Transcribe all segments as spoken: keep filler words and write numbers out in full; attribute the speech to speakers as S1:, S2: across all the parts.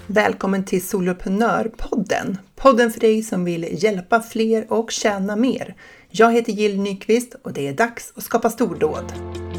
S1: Välkommen till Soloprenörpodden. Podden för dig som vill hjälpa fler och tjäna mer. Jag heter Jill Nyqvist och det är dags att skapa stordåd.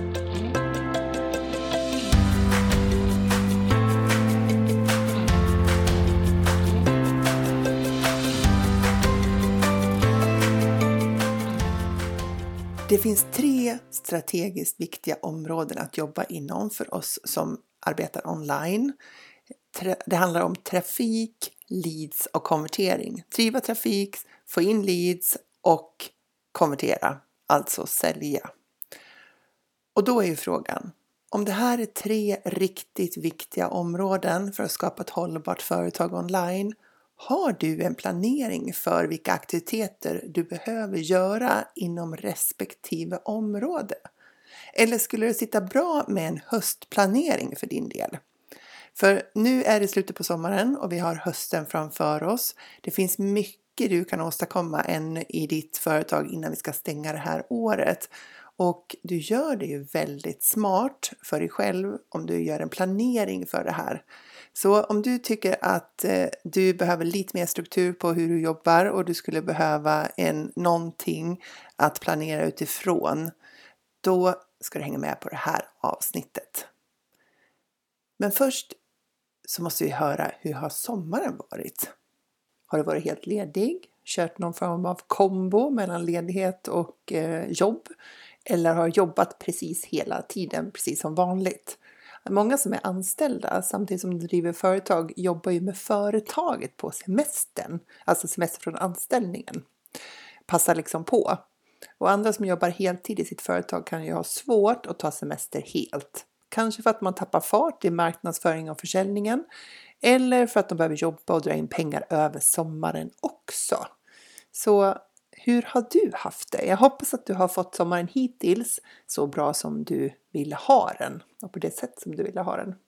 S1: Det finns tre strategiskt viktiga områden att jobba inom för oss som arbetar online. Det handlar om trafik, leads och konvertering. Driva trafik, få in leads och konvertera, alltså sälja. Och då är ju frågan, om det här är tre riktigt viktiga områden för att skapa ett hållbart företag online, har du en planering för vilka aktiviteter du behöver göra inom respektive område? Eller skulle det sitta bra med en höstplanering för din del? För nu är det slutet på sommaren och vi har hösten framför oss. Det finns mycket du kan åstadkomma än i ditt företag innan vi ska stänga det här året. Och du gör det ju väldigt smart för dig själv om du gör en planering för det här. Så om du tycker att eh, du behöver lite mer struktur på hur du jobbar och du skulle behöva en, någonting att planera utifrån, då ska du hänga med på det här avsnittet. Men först så måste vi höra, hur har sommaren varit? Har du varit helt ledig? Kört någon form av kombo mellan ledighet och eh, jobb? Eller har jobbat precis hela tiden, precis som vanligt? Många som är anställda samtidigt som de driver företag jobbar ju med företaget på semestern. Alltså semester från anställningen. Passar liksom på. Och andra som jobbar heltid i sitt företag kan ju ha svårt att ta semester helt. Kanske för att man tappar fart i marknadsföring och försäljningen. Eller för att de behöver jobba och dra in pengar över sommaren också. Så hur har du haft det? Jag hoppas att du har fått sommaren hittills så bra som du ville ha den. Och på det sätt som du ville ha den.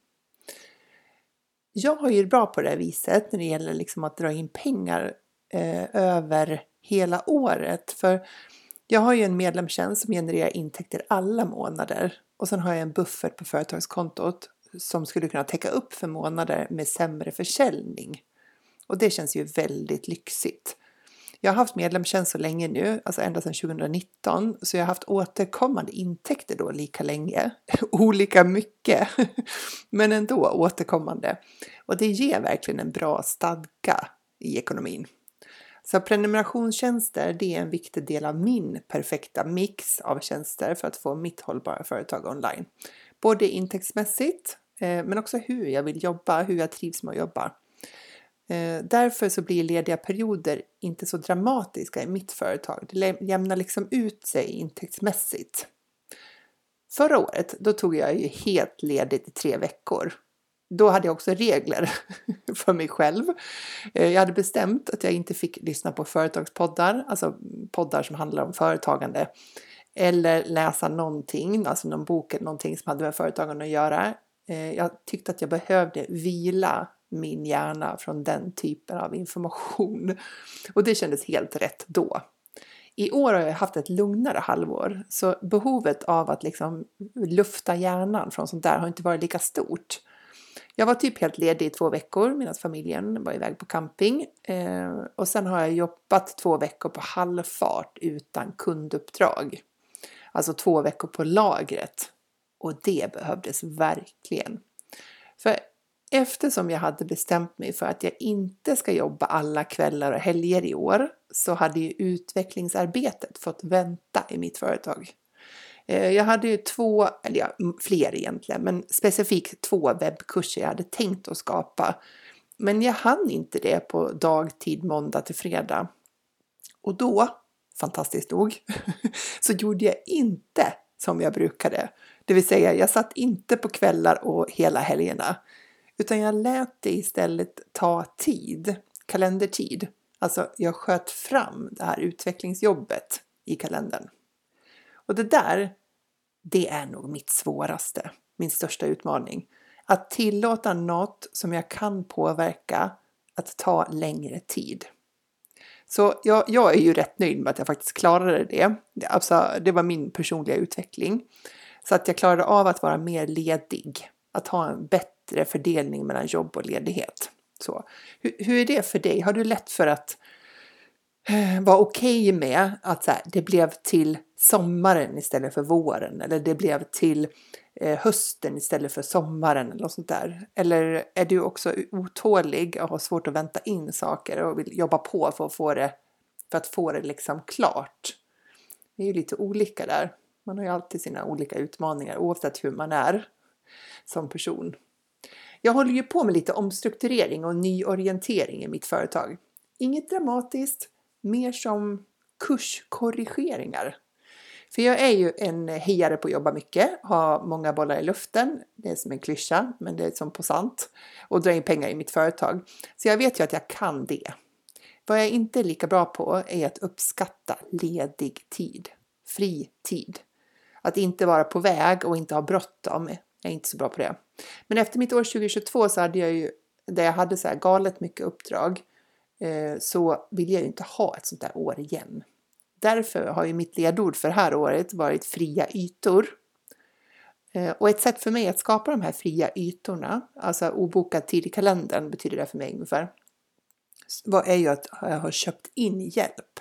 S1: Jag har ju bra på det här viset när det gäller liksom att dra in pengar eh, över hela året. För jag har ju en medlemstjänst som genererar intäkter alla månader. Och sen har jag en buffert på företagskontot som skulle kunna täcka upp för månader med sämre försäljning. Och det känns ju väldigt lyxigt. Jag har haft medlemstjänst så länge nu, alltså ända sedan tjugonitton. Så jag har haft återkommande intäkter då lika länge. Olika mycket, men ändå återkommande. Och det ger verkligen en bra stadga i ekonomin. Så prenumerationstjänster, det är en viktig del av min perfekta mix av tjänster för att få mitt hållbara företag online. Både intäktsmässigt eh, men också hur jag vill jobba, hur jag trivs med att jobba. Eh, därför så blir lediga perioder inte så dramatiska i mitt företag. Det jämnar liksom ut sig intäktsmässigt. Förra året då tog jag ju helt ledigt i tre veckor. Då hade jag också regler för mig själv. Jag hade bestämt att jag inte fick lyssna på företagspoddar, alltså poddar som handlar om företagande. Eller läsa någonting, alltså någon bok eller någonting som hade med företagande att göra. Jag tyckte att jag behövde vila min hjärna från den typen av information. Och det kändes helt rätt då. I år har jag haft ett lugnare halvår. Så behovet av att liksom lufta hjärnan från sånt där har inte varit lika stort. Jag var typ helt ledig i två veckor medan familjen var iväg på camping. Eh, och sen har jag jobbat två veckor på halvfart utan kunduppdrag. Alltså två veckor på lagret. Och det behövdes verkligen. För eftersom jag hade bestämt mig för att jag inte ska jobba alla kvällar och helger i år. Så hade ju utvecklingsarbetet fått vänta i mitt företag. Jag hade ju två, eller ja, fler egentligen, men specifikt två webbkurser jag hade tänkt att skapa. Men jag hann inte det på dagtid måndag till fredag. Och då, fantastiskt nog, så gjorde jag inte som jag brukade. Det vill säga, jag satt inte på kvällar och hela helgerna. Utan jag lät det istället ta tid, kalendertid. Alltså jag sköt fram det här utvecklingsjobbet i kalendern. Och det där, det är nog mitt svåraste, min största utmaning. Att tillåta något som jag kan påverka att ta längre tid. Så jag, jag är ju rätt nöjd med att jag faktiskt klarade det. Alltså, det var min personliga utveckling. Så att jag klarade av att vara mer ledig. Att ha en bättre fördelning mellan jobb och ledighet. Så. Hur, hur är det för dig? Har du lätt för att eh, vara okej okay med att så här, det blev till sommaren istället för våren, eller det blev till eh, hösten istället för sommaren eller något sånt där? Eller är du också otålig och har svårt att vänta in saker och vill jobba på för att få det, för att få det liksom klart? Det är ju lite olika där. Man har ju alltid sina olika utmaningar oavsett hur man är som person. Jag håller ju på med lite omstrukturering och nyorientering i mitt företag. Inget dramatiskt, mer som kurskorrigeringar. För jag är ju en hejare på att jobba mycket, ha många bollar i luften. Det är som en klyscha, men det är som på sant. Och dra in pengar i mitt företag. Så jag vet ju att jag kan det. Vad jag inte är lika bra på är att uppskatta ledig tid, fri tid. Att inte vara på väg och inte ha bråttom. Jag är inte så bra på det. Men efter mitt år tjugohundratjugotvå så hade jag ju, där jag hade så här galet mycket uppdrag, eh, så vill jag ju inte ha ett sånt där år igen. Därför har ju mitt ledord för det här året varit fria ytor. Eh, och ett sätt för mig att skapa de här fria ytorna, alltså obokad tid i kalendern betyder det för mig ungefär, vad är ju att jag har köpt in hjälp.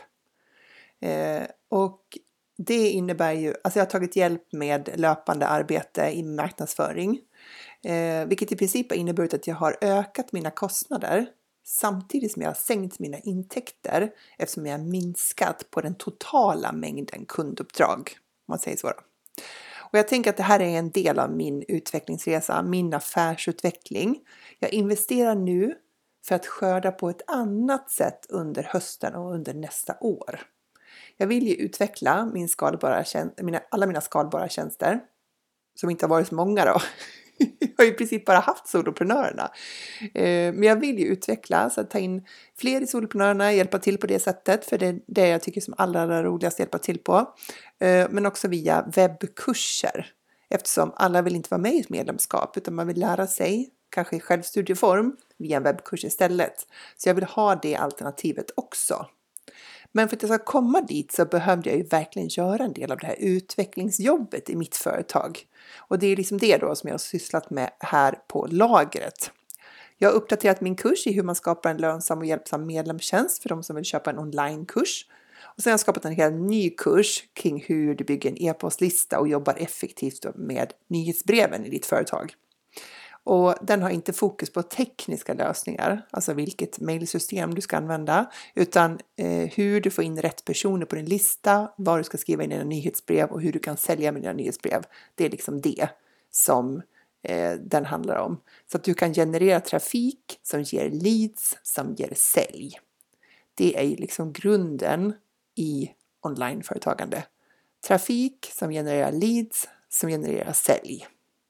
S1: Eh, och det innebär ju, alltså jag har tagit hjälp med löpande arbete i marknadsföring. Eh, vilket i princip har inneburit att jag har ökat mina kostnader samtidigt som jag har sänkt mina intäkter eftersom jag har minskat på den totala mängden kunduppdrag. Om man säger så då. Och jag tänker att det här är en del av min utvecklingsresa, min affärsutveckling. Jag investerar nu för att skörda på ett annat sätt under hösten och under nästa år. Jag vill ju utveckla min skalbara tjänst, mina, alla mina skalbara tjänster, som inte har varit så många då. Jag har i princip bara haft soloprenörerna. Eh, men jag vill ju utveckla, så att ta in fler i soloprenörerna, hjälpa till på det sättet, för det är det jag tycker som allra, allra roligast att hjälpa till på. Eh, men också via webbkurser, eftersom alla vill inte vara med i ett medlemskap, utan man vill lära sig, kanske i självstudieform, via en webbkurs istället. Så jag vill ha det alternativet också. Men för att jag ska komma dit så behövde jag ju verkligen göra en del av det här utvecklingsjobbet i mitt företag. Och det är liksom det då som jag har sysslat med här på lagret. Jag har uppdaterat min kurs i hur man skapar en lönsam och hjälpsam medlemstjänst för de som vill köpa en onlinekurs. Och sen har jag skapat en helt ny kurs kring hur du bygger en e-postlista och jobbar effektivt med nyhetsbreven i ditt företag. Och den har inte fokus på tekniska lösningar, alltså vilket mejlsystem du ska använda, utan eh, hur du får in rätt personer på din lista, vad du ska skriva in i dina nyhetsbrev och hur du kan sälja med dina nyhetsbrev. Det är liksom det som eh, den handlar om. Så att du kan generera trafik som ger leads, som ger sälj. Det är ju liksom grunden i onlineföretagande. Trafik som genererar leads, som genererar sälj.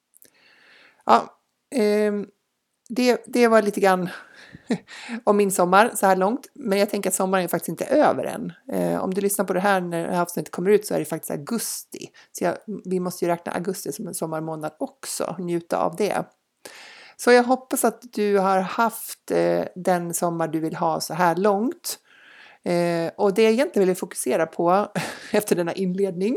S1: Ja. Det, det var lite grann om min sommar så här långt. Men jag tänker att sommaren är faktiskt inte över än. Om du lyssnar på det här när det här avsnittet kommer ut så är det faktiskt augusti. Så jag, vi måste ju räkna augusti som en sommarmånad också. Njuta av det. Så jag hoppas att du har haft den sommar du vill ha så här långt. Och det jag egentligen vill fokusera på efter denna inledning,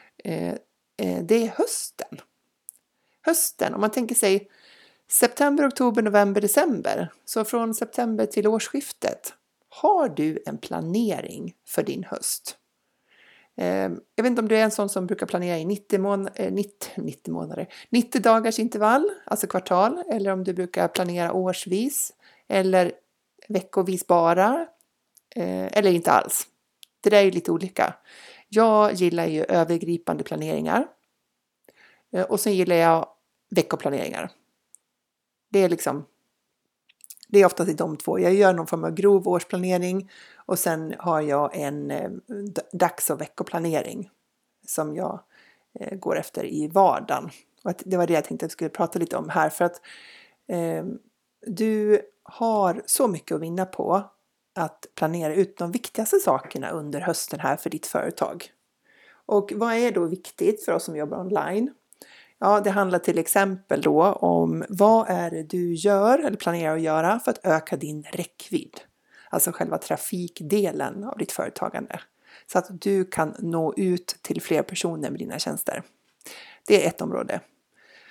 S1: det är hösten. Hösten, om man tänker sig september, oktober, november, december. Så från september till årsskiftet. Har du en planering för din höst? Eh, jag vet inte om du är en sån som brukar planera i nittio, mån- eh, nittio, nittio månader. nittio dagars intervall, alltså kvartal. Eller om du brukar planera årsvis. Eller veckovis bara. Eh, eller inte alls. Det där är lite olika. Jag gillar ju övergripande planeringar. Eh, och sen gillar jag veckoplaneringar. Det är liksom, det är oftast i de två. Jag gör någon form av grov årsplanering och sen har jag en eh, dags- och veckoplanering som jag eh, går efter i vardagen. Och att det var det jag tänkte att jag skulle prata lite om här, för att eh, du har så mycket att vinna på att planera ut de viktigaste sakerna under hösten här för ditt företag. Och vad är då viktigt för oss som jobbar online? Ja, det handlar till exempel då om vad är det du gör eller planerar att göra för att öka din räckvidd. Alltså själva trafikdelen av ditt företagande. Så att du kan nå ut till fler personer med dina tjänster. Det är ett område.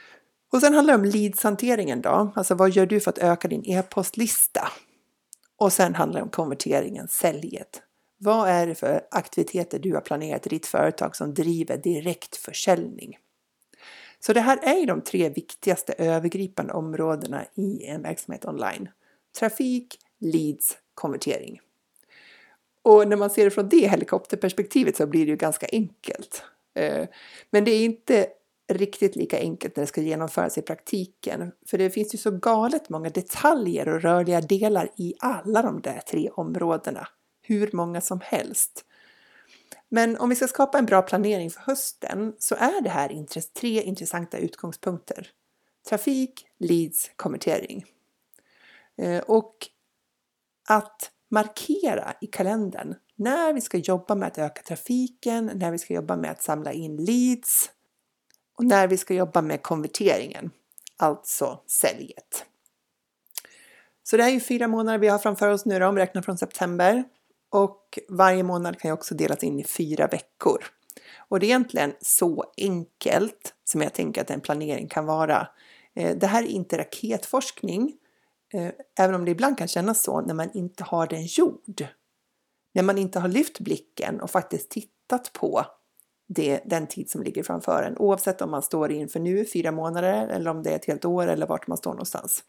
S1: Och sen handlar det om leadshanteringen då. Alltså vad gör du för att öka din e-postlista? Och sen handlar det om konverteringen, säljet. Vad är det för aktiviteter du har planerat i ditt företag som driver direkt försäljning? Så det här är ju de tre viktigaste övergripande områdena i en verksamhet online. Trafik, leads, konvertering. Och när man ser det från det helikopterperspektivet så blir det ju ganska enkelt. Men det är inte riktigt lika enkelt när det ska genomföras i praktiken. För det finns ju så galet många detaljer och rörliga delar i alla de där tre områdena. Hur många som helst. Men om vi ska skapa en bra planering för hösten så är det här tre intressanta utgångspunkter. Trafik, leads, konvertering. Och att markera i kalendern när vi ska jobba med att öka trafiken, när vi ska jobba med att samla in leads och när vi ska jobba med konverteringen, alltså säljet. Så det är ju fyra månader vi har framför oss nu då, om vi räknar från september. Och varje månad kan ju också delas in i fyra veckor. Och det är egentligen så enkelt som jag tänker att en planering kan vara. Det här är inte raketforskning, även om det ibland kan kännas så när man inte har den gjord. När man inte har lyft blicken och faktiskt tittat på det, den tid som ligger framför en. Oavsett om man står inför nu fyra månader eller om det är ett helt år eller vart man står någonstans.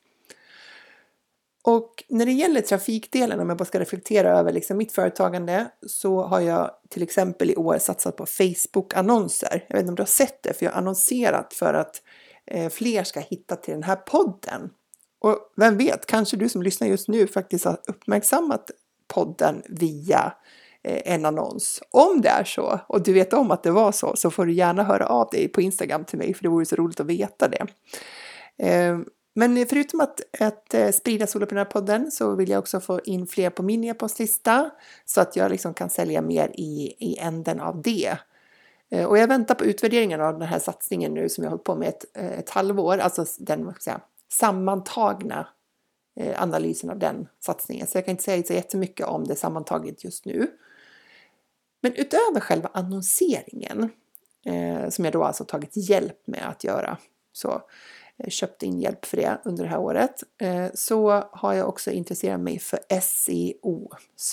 S1: Och när det gäller trafikdelen, om jag bara ska reflektera över liksom mitt företagande, så har jag till exempel i år satsat på Facebook-annonser. Jag vet inte om du har sett det, för jag har annonserat för att eh, fler ska hitta till den här podden. Och vem vet, kanske du som lyssnar just nu faktiskt har uppmärksammat podden via eh, en annons. Om det är så, och du vet om att det var så, så får du gärna höra av dig på Instagram till mig, för det vore så roligt att veta det. Eh, Men förutom att, att sprida Soloprenörpodden så vill jag också få in fler på min e-postlista så att jag liksom kan sälja mer i, i änden av det. Och jag väntar på utvärderingen av den här satsningen nu som jag har hållit på med ett, ett halvår, alltså den vad ska jag säga, sammantagna analysen av den satsningen. Så jag kan inte säga så jättemycket om det sammantaget just nu. Men utöver själva annonseringen, eh, som jag då alltså tagit hjälp med att göra, så köpt in hjälp för det under det här året, så har jag också intresserat mig för S E O,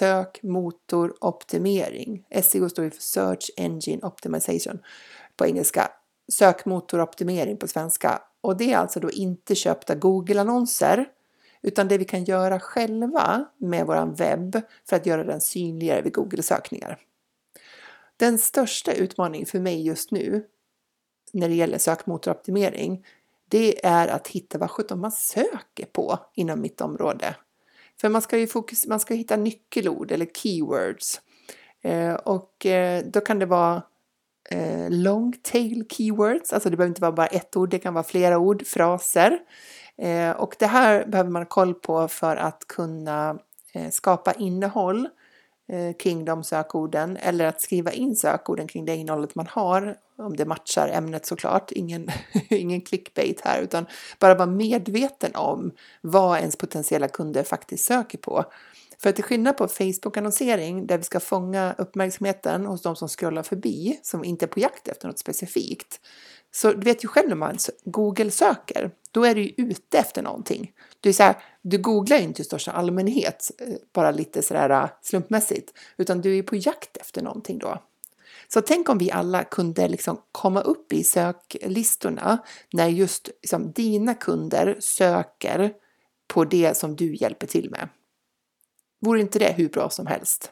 S1: sökmotoroptimering. S E O står ju för Search Engine Optimization på engelska, sökmotoroptimering på svenska. Och det är alltså då inte köpta Google-annonser, utan det vi kan göra själva med våran webb för att göra den synligare vid Google-sökningar. Den största utmaningen för mig just nu när det gäller sökmotoroptimering, det är att hitta vad sjutton man söker på inom mitt område. För man ska ju fokus, man ska hitta nyckelord eller keywords. Eh, och eh, då kan det vara eh, long tail keywords. Alltså det behöver inte vara bara ett ord, det kan vara flera ord, fraser. Eh, och det här behöver man ha koll på för att kunna eh, skapa innehåll eh, kring de sökorden. Eller att skriva in sökorden kring det innehållet man har. Om det matchar ämnet såklart, ingen, ingen clickbait här, utan bara vara medveten om vad ens potentiella kunder faktiskt söker på. För att till skillnad på Facebook-annonsering där vi ska fånga uppmärksamheten hos de som scrollar förbi, som inte är på jakt efter något specifikt. Så du vet ju själv när man Google söker, då är du ju ute efter någonting. Du, är så här, du googlar inte i största allmänhet, bara lite sådär slumpmässigt, utan du är på jakt efter någonting då. Så tänk om vi alla kunde liksom komma upp i söklistorna när just liksom dina kunder söker på det som du hjälper till med. Vore inte det hur bra som helst?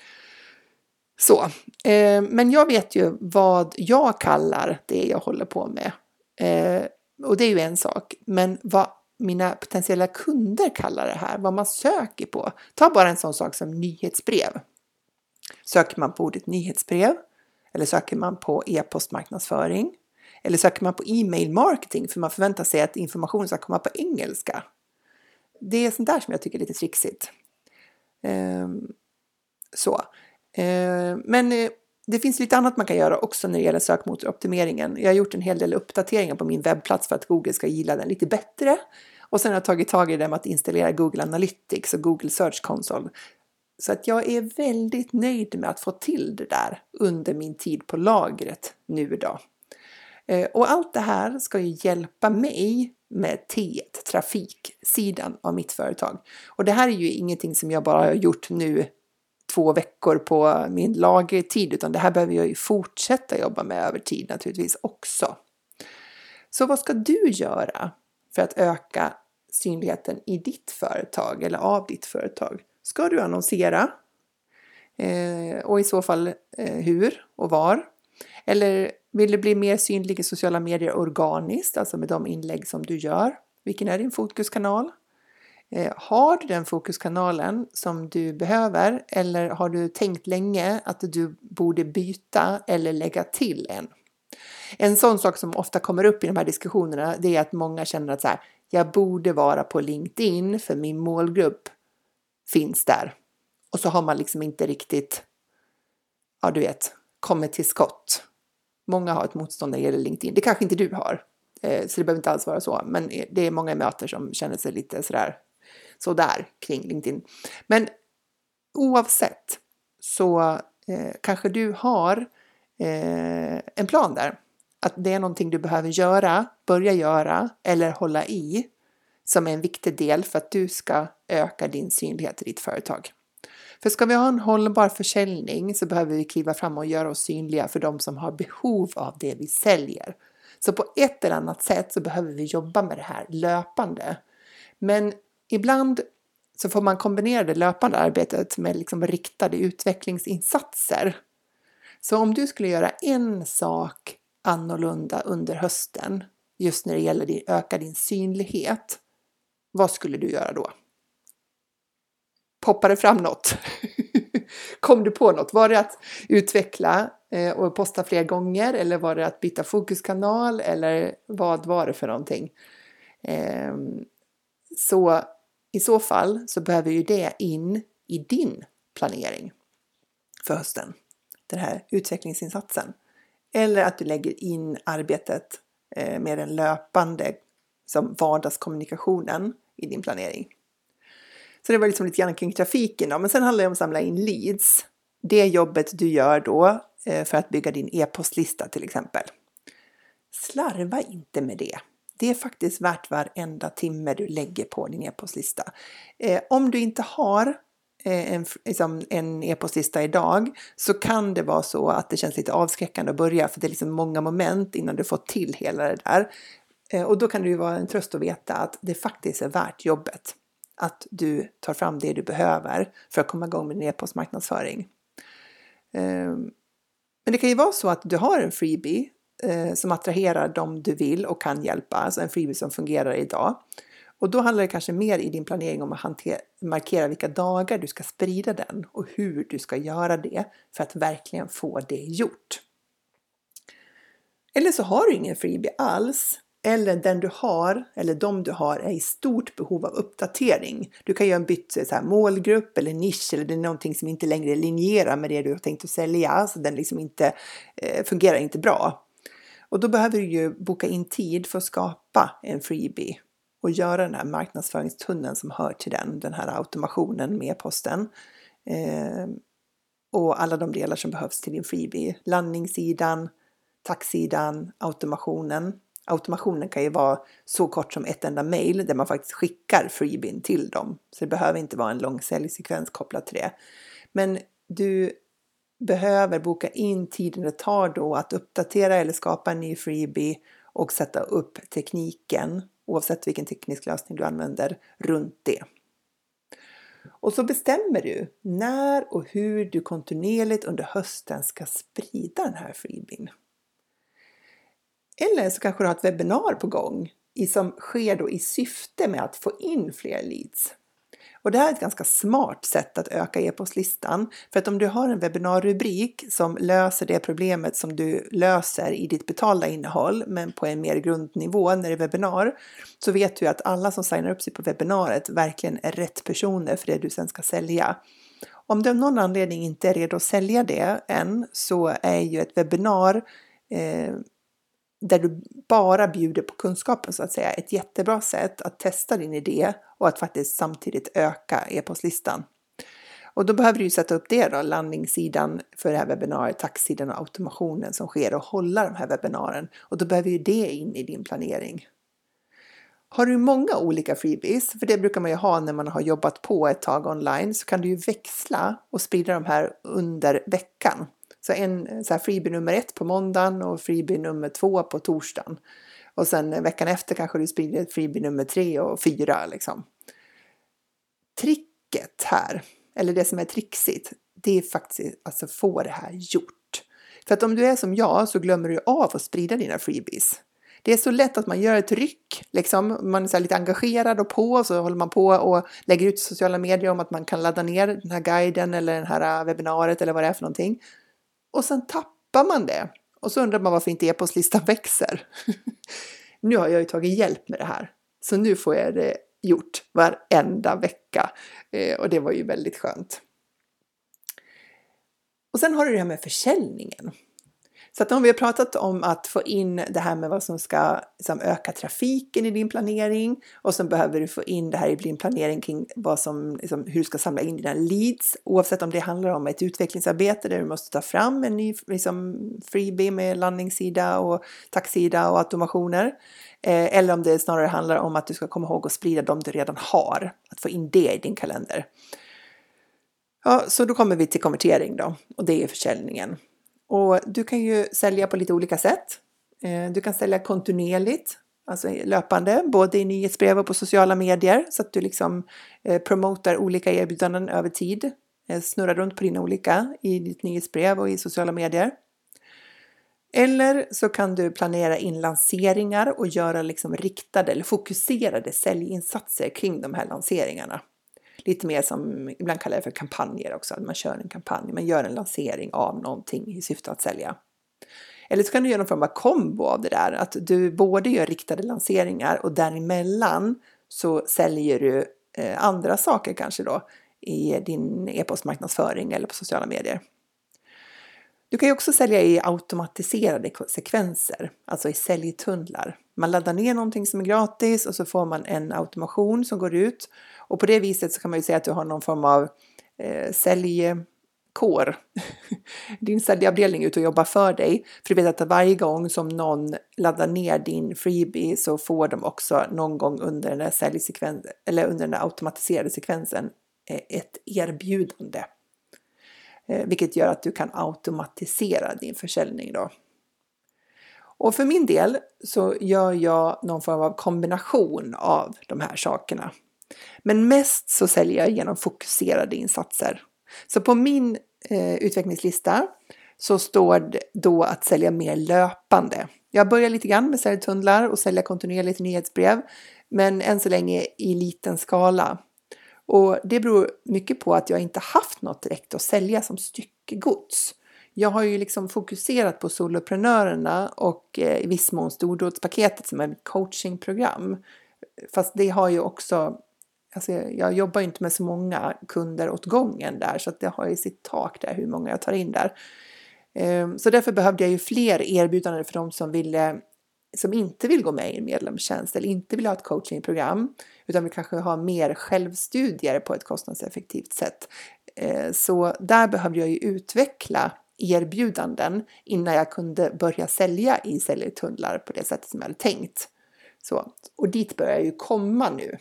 S1: Så, eh, men jag vet ju vad jag kallar det jag håller på med. Eh, och det är ju en sak. Men vad mina potentiella kunder kallar det här, vad man söker på. Ta bara en sån sak som nyhetsbrev. Söker man på ordet nyhetsbrev? Eller söker man på e-postmarknadsföring? Eller söker man på e-mail marketing för man förväntar sig att information ska komma på engelska? Det är sånt där som jag tycker är lite trixigt. Um, så. Uh, men uh, det finns lite annat man kan göra också när det gäller sökmotoroptimeringen. Jag har gjort en hel del uppdateringar på min webbplats för att Google ska gilla den lite bättre. Och sen har jag tagit tag i det med att installera Google Analytics och Google Search Console. Så att jag är väldigt nöjd med att få till det där under min tid på lagret nu idag. Och allt det här ska ju hjälpa mig med T ett, trafiksidan av mitt företag. Och det här är ju ingenting som jag bara har gjort nu två veckor på min lagertid, utan det här behöver jag ju fortsätta jobba med över tid naturligtvis också. Så vad ska du göra för att öka synligheten i ditt företag eller av ditt företag? Ska du annonsera? Eh, och i så fall eh, hur och var? Eller vill du bli mer synlig i sociala medier organiskt, alltså med de inlägg som du gör? Vilken är din fokuskanal? Eh, har du den fokuskanalen som du behöver, eller har du tänkt länge att du borde byta eller lägga till en? En sån sak som ofta kommer upp i de här diskussionerna, det är att många känner att så här, jag borde vara på LinkedIn för min målgrupp finns där. Och så har man liksom inte riktigt, ja du vet, kommit till skott. Många har ett motstånd när det gäller LinkedIn. Det kanske inte du har, så det behöver inte alls vara så. Men det är många möten som känner sig lite sådär, sådär kring LinkedIn. Men oavsett så eh, kanske du har eh, en plan där. Att det är någonting du behöver göra, börja göra eller hålla i som är en viktig del för att du ska öka din synlighet i ditt företag. För ska vi ha en hållbar försäljning så behöver vi kliva fram och göra oss synliga för de som har behov av det vi säljer. Så på ett eller annat sätt så behöver vi jobba med det här löpande. Men ibland så får man kombinera det löpande arbetet med liksom riktade utvecklingsinsatser. Så om du skulle göra en sak annorlunda under hösten, just när det gäller att öka din synlighet, vad skulle du göra då? Poppar det fram något? Kom du på något? Var det att utveckla och posta fler gånger? Eller var det att byta fokuskanal? Eller vad var det för någonting? Så i så fall så behöver ju det in i din planering för hösten. Den här utvecklingsinsatsen. Eller att du lägger in arbetet med den löpande som vardagskommunikationen i din planering. Så det var liksom lite grann kring trafiken då. Men sen handlar det om att samla in leads. Det jobbet du gör då för att bygga din e-postlista till exempel. Slarva inte med det. Det är faktiskt värt varenda timme du lägger på din e-postlista. Eh, om du inte har eh, en, liksom en e-postlista idag så kan det vara så att det känns lite avskräckande att börja för det är liksom många moment innan du får till hela det där. Eh, och då kan det ju vara en tröst att veta att det faktiskt är värt jobbet. Att du tar fram det du behöver för att komma igång med din e-postmarknadsföring. Eh, men det kan ju vara så att du har en freebie som attraherar dem du vill och kan hjälpa, alltså en freebie som fungerar idag. Och då handlar det kanske mer i din planering om att hantera, markera vilka dagar du ska sprida den och hur du ska göra det för att verkligen få det gjort. Eller så har du ingen freebie alls, eller den du har, eller de du har är i stort behov av uppdatering. Du kan göra en bytt så här, målgrupp eller nisch, eller det är någonting som inte längre linjerar med det du har tänkt att sälja, så den liksom inte eh, fungerar inte bra. Och då behöver du ju boka in tid för att skapa en freebie och göra den här marknadsföringstunneln som hör till den, den här automationen med posten. Eh, och alla de delar som behövs till din freebie. Landningssidan, tagsidan, automationen. Automationen kan ju vara så kort som ett enda mail där man faktiskt skickar freebien till dem. Så det behöver inte vara en lång säljsekvens kopplat till det. Men du behöver boka in tiden det tar då att uppdatera eller skapa en ny freebie och sätta upp tekniken, oavsett vilken teknisk lösning du använder, runt det. Och så bestämmer du när och hur du kontinuerligt under hösten ska sprida den här freebien. Eller så kanske du har ett webbinar på gång som sker då i syfte med att få in fler leads. Och det här är ett ganska smart sätt att öka e-postlistan. För att om du har en webbinarrubrik som löser det problemet som du löser i ditt betalda innehåll, men på en mer grundnivå när det är webbinar, så vet du att alla som signar upp sig på webbinariet verkligen är rätt personer för det du sen ska sälja. Om du av någon anledning inte är redo att sälja det än, så är ju ett webbinar eh, där du bara bjuder på kunskapen så att säga ett jättebra sätt att testa din idé och att faktiskt samtidigt öka e-postlistan. Och då behöver du ju sätta upp det då, landningssidan för det här webbinariet, taxsidan och automationen som sker och hålla de här webbinaren. Och då behöver ju det in i din planering. Har du många olika freebies, för det brukar man ju ha när man har jobbat på ett tag online, så kan du ju växla och sprida de här under veckan. Så en så här freebie nummer ett på måndagen och freebie nummer två på torsdagen. Och sen veckan efter kanske du sprider freebie nummer tre och fyra liksom. Tricket här, eller det som är trixigt, det är faktiskt alltså få det här gjort. För att om du är som jag så glömmer du av att sprida dina freebies. Det är så lätt att man gör ett ryck, liksom. Man är så här lite engagerad och på, och så håller man på och lägger ut sociala medier om att man kan ladda ner den här guiden eller den här webbinariet eller vad det är för någonting. Och sen tappar man det. Och så undrar man varför inte e-postlistan växer. Nu har jag ju tagit hjälp med det här. Så nu får jag det gjort varenda vecka. Eh, och det var ju väldigt skönt. Och sen har du det här med försäljningen. Så att om vi har pratat om att få in det här med vad som ska liksom, öka trafiken i din planering, och sen behöver du få in det här i din planering kring vad som, liksom, hur du ska samla in dina leads, oavsett om det handlar om ett utvecklingsarbete där du måste ta fram en ny liksom, freebie med landningssida och taxsida och automationer, eh, eller om det snarare handlar om att du ska komma ihåg att sprida dem du redan har, att få in det i din kalender. Ja, så då kommer vi till konvertering då, och det är försäljningen. Och du kan ju sälja på lite olika sätt. Du kan sälja kontinuerligt, alltså löpande, både i nyhetsbrev och på sociala medier, så att du liksom promotar olika erbjudanden över tid. Snurrar runt på dina olika i ditt nyhetsbrev och i sociala medier. Eller så kan du planera in lanseringar och göra liksom riktade eller fokuserade säljinsatser kring de här lanseringarna. Lite mer som, ibland kallar jag det för kampanjer också, att man kör en kampanj, man gör en lansering av någonting i syfte att sälja. Eller så kan du göra någon form av kombo av det där, att du både gör riktade lanseringar och däremellan så säljer du eh, andra saker kanske då i din e-postmarknadsföring eller på sociala medier. Du kan ju också sälja i automatiserade sekvenser, alltså i säljtunnlar. Man laddar ner någonting som är gratis och så får man en automation som går ut. Och på det viset så kan man ju säga att du har någon form av eh, säljkår. Din säljavdelning är ute och jobbar för dig. För du vet att varje gång som någon laddar ner din freebie så får de också någon gång under den här säljsekvensen, eller under den här automatiserade sekvensen eh, ett erbjudande. Vilket gör att du kan automatisera din försäljning då. Och för min del så gör jag någon form av kombination av de här sakerna. Men mest så säljer jag genom fokuserade insatser. Så på min eh, utvecklingslista så står det då att sälja mer löpande. Jag börjar lite grann med säljtunnlar och sälja kontinuerligt nyhetsbrev. Men än så länge i liten skala. Och det beror mycket på att jag inte haft något direkt att sälja som styckegods. Jag har ju liksom fokuserat på soloprenörerna och i viss mån stordådspaketet som är ett coachingprogram. Fast det har ju också, alltså jag jobbar ju inte med så många kunder åt gången där, så att det har ju sitt tak där hur många jag tar in där. Så därför behövde jag ju fler erbjudanden för de som ville, som inte vill gå med i en medlemstjänst eller inte vill ha ett coachingprogram, utan vill kanske ha mer självstudier på ett kostnadseffektivt sätt. Så där behövde jag ju utveckla erbjudanden innan jag kunde börja sälja i säljtunnlar på det sättet som jag hade tänkt. Så, och dit börjar jag ju komma nu.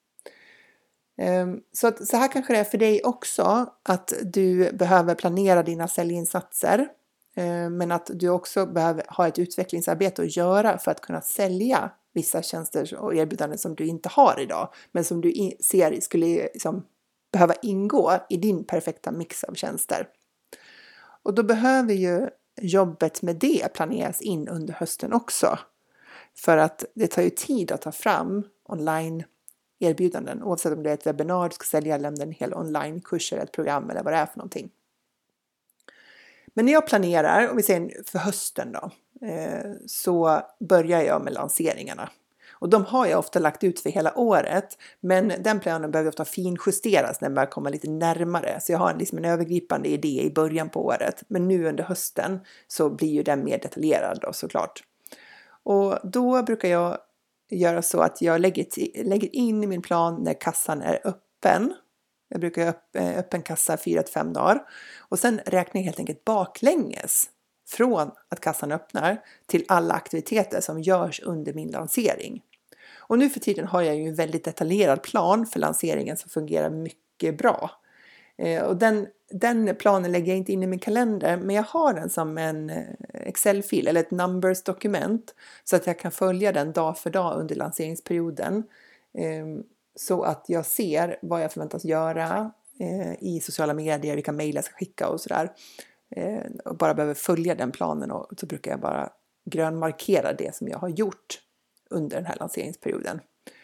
S1: Så, att, så här kanske det är för dig också, att du behöver planera dina säljinsatser. Men att du också behöver ha ett utvecklingsarbete att göra för att kunna sälja vissa tjänster och erbjudanden som du inte har idag. Men som du ser skulle liksom behöva ingå i din perfekta mix av tjänster. Och då behöver ju jobbet med det planeras in under hösten också. För att det tar ju tid att ta fram online erbjudanden. Oavsett om det är ett webbinar, du ska sälja eller en hel online-kurs eller ett program eller vad det är för någonting. Men när jag planerar, om vi säger för hösten då, så börjar jag med lanseringarna. Och de har jag ofta lagt ut för hela året, men den planen behöver ofta finjusteras när man börjar komma lite närmare. Så jag har liksom en övergripande idé i början på året, men nu under hösten så blir ju den mer detaljerad då såklart. Och då brukar jag göra så att jag lägger, till, lägger in i min plan när kassan är öppen. Jag brukar ha upp, öppen kassa fyra till fem dagar. Och sen räknar jag helt enkelt baklänges från att kassan öppnar till alla aktiviteter som görs under min lansering. Och nu för tiden har jag ju en väldigt detaljerad plan för lanseringen som fungerar mycket bra. Eh, och den, den planen lägger jag inte in i min kalender, men jag har den som en Excel-fil eller ett numbers-dokument så att jag kan följa den dag för dag under lanseringsperioden. Eh, så att jag ser vad jag förväntas göra eh, i sociala medier, vilka mejl jag ska skicka och sådär. Eh, och bara behöver följa den planen, och så brukar jag bara grönmarkera det som jag har gjort under den här lanseringsperioden.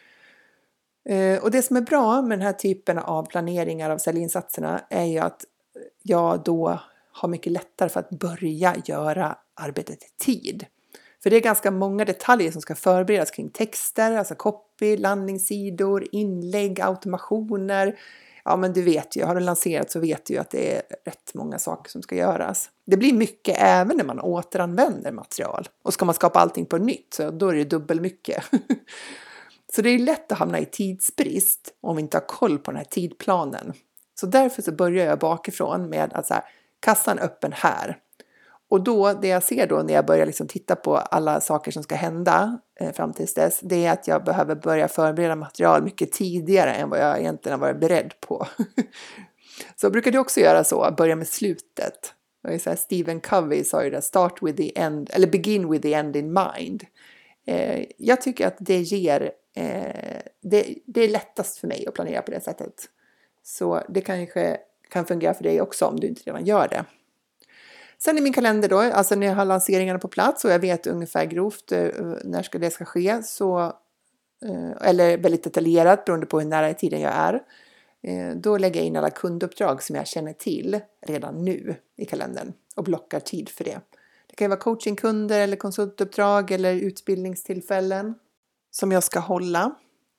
S1: Eh, och det som är bra med den här typen av planeringar av säljinsatserna är ju att jag då har mycket lättare för att börja göra arbetet i tid. För det är ganska många detaljer som ska förberedas kring texter, alltså copy, landningssidor, inlägg, automationer. Ja, men du vet ju, har du lanserat så vet du ju att det är rätt många saker som ska göras. Det blir mycket även när man återanvänder material. Och ska man skapa allting på nytt så då är det dubbel mycket. Så det är lätt att hamna i tidsbrist om vi inte har koll på den här tidplanen. Så därför så börjar jag bakifrån med att så här, kassan öppen här. Och då, det jag ser då när jag börjar liksom titta på alla saker som ska hända eh, fram tills dess, det är att jag behöver börja förbereda material mycket tidigare än vad jag egentligen har varit beredd på. Så brukar det också göra så, börja med slutet. Och så här, Stephen Covey sa ju det, start with the end, eller begin with the end in mind. Eh, jag tycker att det ger, eh, det, det är lättast för mig att planera på det sättet. Så det kanske kan fungera för dig också om du inte redan gör det. Sen i min kalender då, alltså när jag har lanseringarna på plats och jag vet ungefär grovt när ska det ska ske, så, eller väldigt detaljerat beroende på hur nära i tiden jag är, då lägger jag in alla kunduppdrag som jag känner till redan nu i kalendern och blockar tid för det. Det kan vara coachingkunder eller konsultuppdrag eller utbildningstillfällen som jag ska hålla.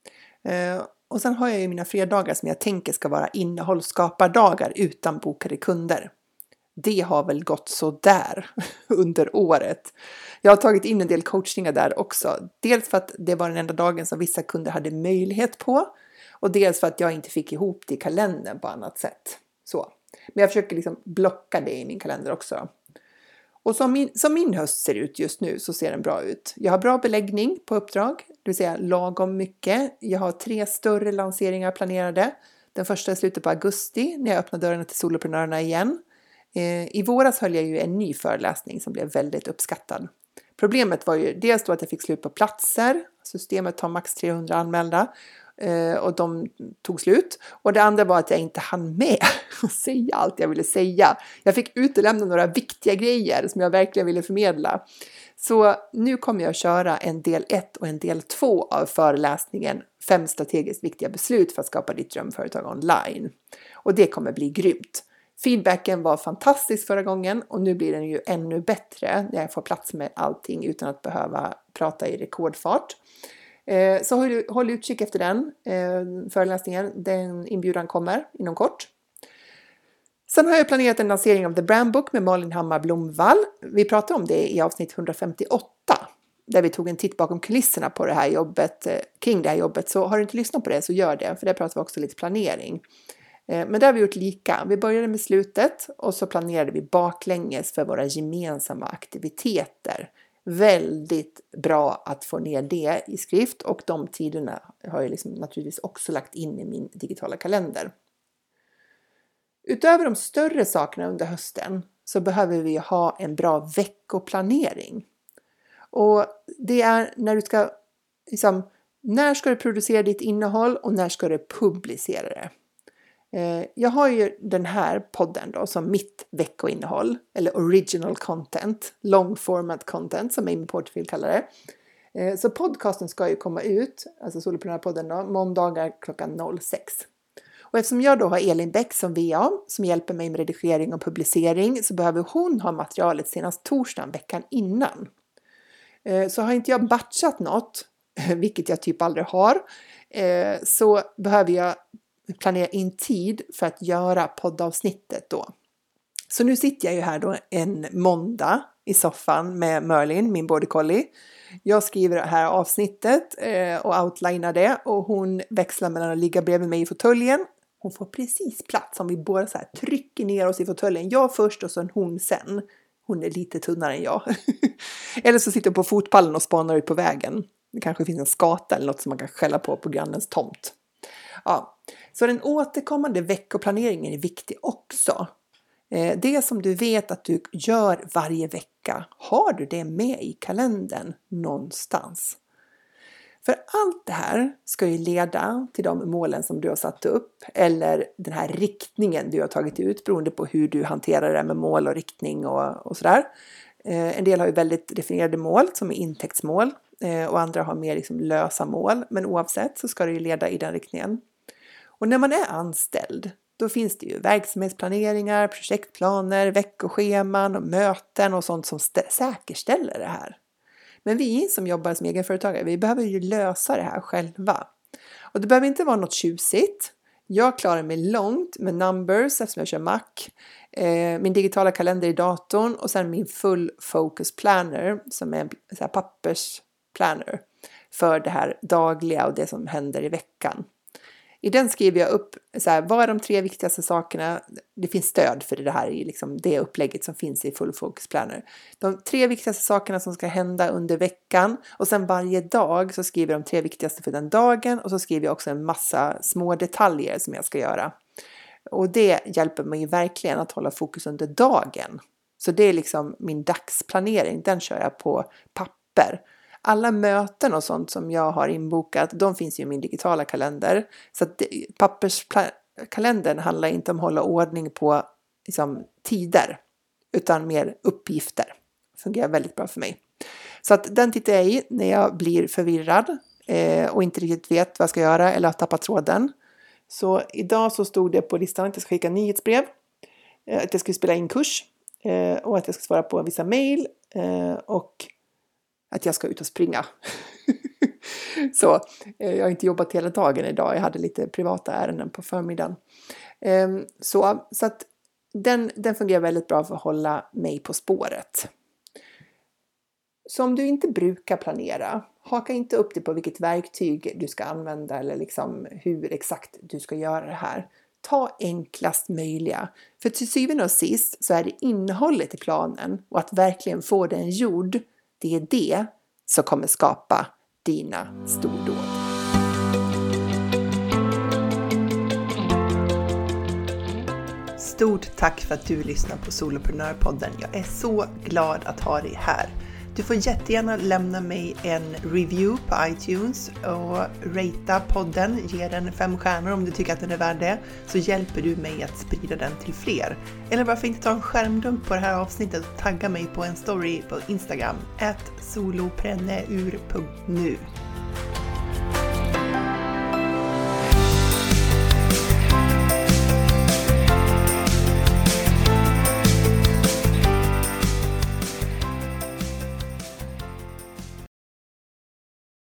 S1: Och sen har jag ju mina fredagar som jag tänker ska vara innehållsskapardagar utan bokade kunder. Det har väl gått så där under året. Jag har tagit in en del coachningar där också. Dels för att det var den enda dagen som vissa kunder hade möjlighet på. Och dels för att jag inte fick ihop det i kalendern på annat sätt. Så. Men jag försöker liksom blocka det i min kalender också. Och som min, som min höst ser ut just nu så ser den bra ut. Jag har bra beläggning på uppdrag. Det vill säga lagom mycket. Jag har tre större lanseringar planerade. Den första är slutet på augusti när jag öppnar dörrarna till soloprenörerna igen. I våras höll jag ju en ny föreläsning som blev väldigt uppskattad. Problemet var ju dels då att jag fick slut på platser. Systemet har max trehundra anmälda och de tog slut. Och det andra var att jag inte hann med att säga allt jag ville säga. Jag fick utelämna några viktiga grejer som jag verkligen ville förmedla. Så nu kommer jag att köra en del ett och en del två av föreläsningen Fem strategiskt viktiga beslut för att skapa ditt drömföretag online. Och det kommer bli grymt. Feedbacken var fantastisk förra gången och nu blir den ju ännu bättre när jag får plats med allting utan att behöva prata i rekordfart. Eh, så håll, håll utkik efter den eh, föreläsningen. Den inbjudan kommer inom kort. Sen har jag planerat en lansering av The Brand Book med Malin Hammar Blomvall. Vi pratade om det i avsnitt hundrafemtioåtta där vi tog en titt bakom kulisserna på det här jobbet, eh, kring det här jobbet. Så har du inte lyssnat på det så gör det, för där pratar vi också lite planering. Men där har vi gjort lika. Vi började med slutet och så planerade vi baklänges för våra gemensamma aktiviteter. Väldigt bra att få ner det i skrift och de tiderna har jag liksom naturligtvis också lagt in i min digitala kalender. Utöver de större sakerna under hösten så behöver vi ha en bra veckoplanering. Och det är när du ska, liksom, när ska du producera ditt innehåll och när ska du publicera det? Jag har ju den här podden då som mitt veckoinnehåll eller original content, long format content som Amy Porterfield kallar det. Så podcasten ska ju komma ut, alltså Soloprenörpodden då, måndagar klockan noll sex. Och eftersom jag då har Elin Bäck som V A som hjälper mig med redigering och publicering så behöver hon ha materialet senast torsdagen veckan innan. Så har inte jag batchat något, vilket jag typ aldrig har, så behöver jag planera in tid för att göra poddavsnittet då. Så nu sitter jag ju här då en måndag i soffan med Merlin, min border collie. Jag skriver det här avsnittet och outlinar det och hon växlar mellan att ligga bredvid mig i fåtöljen hon får precis plats om vi båda så här trycker ner oss i fåtöljen. Jag först och sen hon sen. Hon är lite tunnare än jag. Eller så sitter hon på fotpallen och spanar ut på vägen. Det kanske finns en skata eller något som man kan skälla på på grannens tomt. Ja, så den återkommande veckoplaneringen är viktig också. Det som du vet att du gör varje vecka, har du det med i kalendern någonstans? För allt det här ska ju leda till de målen som du har satt upp eller den här riktningen du har tagit ut beroende på hur du hanterar det med mål och riktning och, och sådär. En del har ju väldigt definierade mål som är intäktsmål och andra har mer liksom lösa mål, men oavsett så ska det ju leda i den riktningen. Och när man är anställd, då finns det ju verksamhetsplaneringar, projektplaner, veckoscheman och möten och sånt som st- säkerställer det här. Men vi som jobbar som egenföretagare, vi behöver ju lösa det här själva. Och det behöver inte vara något tjusigt. Jag klarar mig långt med Numbers eftersom jag kör Mac. Eh, min digitala kalender i datorn och sen min full focus planner som är en så här pappersplanner för det här dagliga och det som händer i veckan. I den skriver jag upp så här, vad är de tre viktigaste sakerna, det finns stöd för det här i liksom det upplägget som finns i Full Focus Planner. De tre viktigaste sakerna som ska hända under veckan och sen varje dag så skriver jag de tre viktigaste för den dagen och så skriver jag också en massa små detaljer som jag ska göra. Och det hjälper mig verkligen att hålla fokus under dagen. Så det är liksom min dagsplanering, den kör jag på papper. Alla möten och sånt som jag har inbokat, de finns ju i min digitala kalender. Så att papperskalendern handlar inte om att hålla ordning på liksom, tider, utan mer uppgifter. Det fungerar väldigt bra för mig. Så att den tittar jag i när jag blir förvirrad eh, och inte riktigt vet vad jag ska göra eller har tappat tråden. Så idag så stod det på listan att jag ska skicka nyhetsbrev, eh, att jag ska spela in kurs eh, och att jag ska svara på vissa mejl eh, och att jag ska ut och springa. Så eh, jag har inte jobbat hela dagen idag. Jag hade lite privata ärenden på förmiddagen. Eh, så så att den, den fungerar väldigt bra för att hålla mig på spåret. Så om du inte brukar planera, haka inte upp dig på vilket verktyg du ska använda eller liksom hur exakt du ska göra det här. Ta enklast möjliga. För till syvende och sist så är det innehållet i planen och att verkligen få den gjord. Det är det som kommer skapa dina stordåd. Stort tack för att du lyssnar på Soloprenörpodden. Jag är så glad att ha dig här. Du får jättegärna lämna mig en review på iTunes och ratea podden. Ge den fem stjärnor om du tycker att den är värd det. Så hjälper du mig att sprida den till fler. Eller varför inte ta en skärmdump på det här avsnittet och tagga mig på en story på Instagram. at solopreneur punkt nu.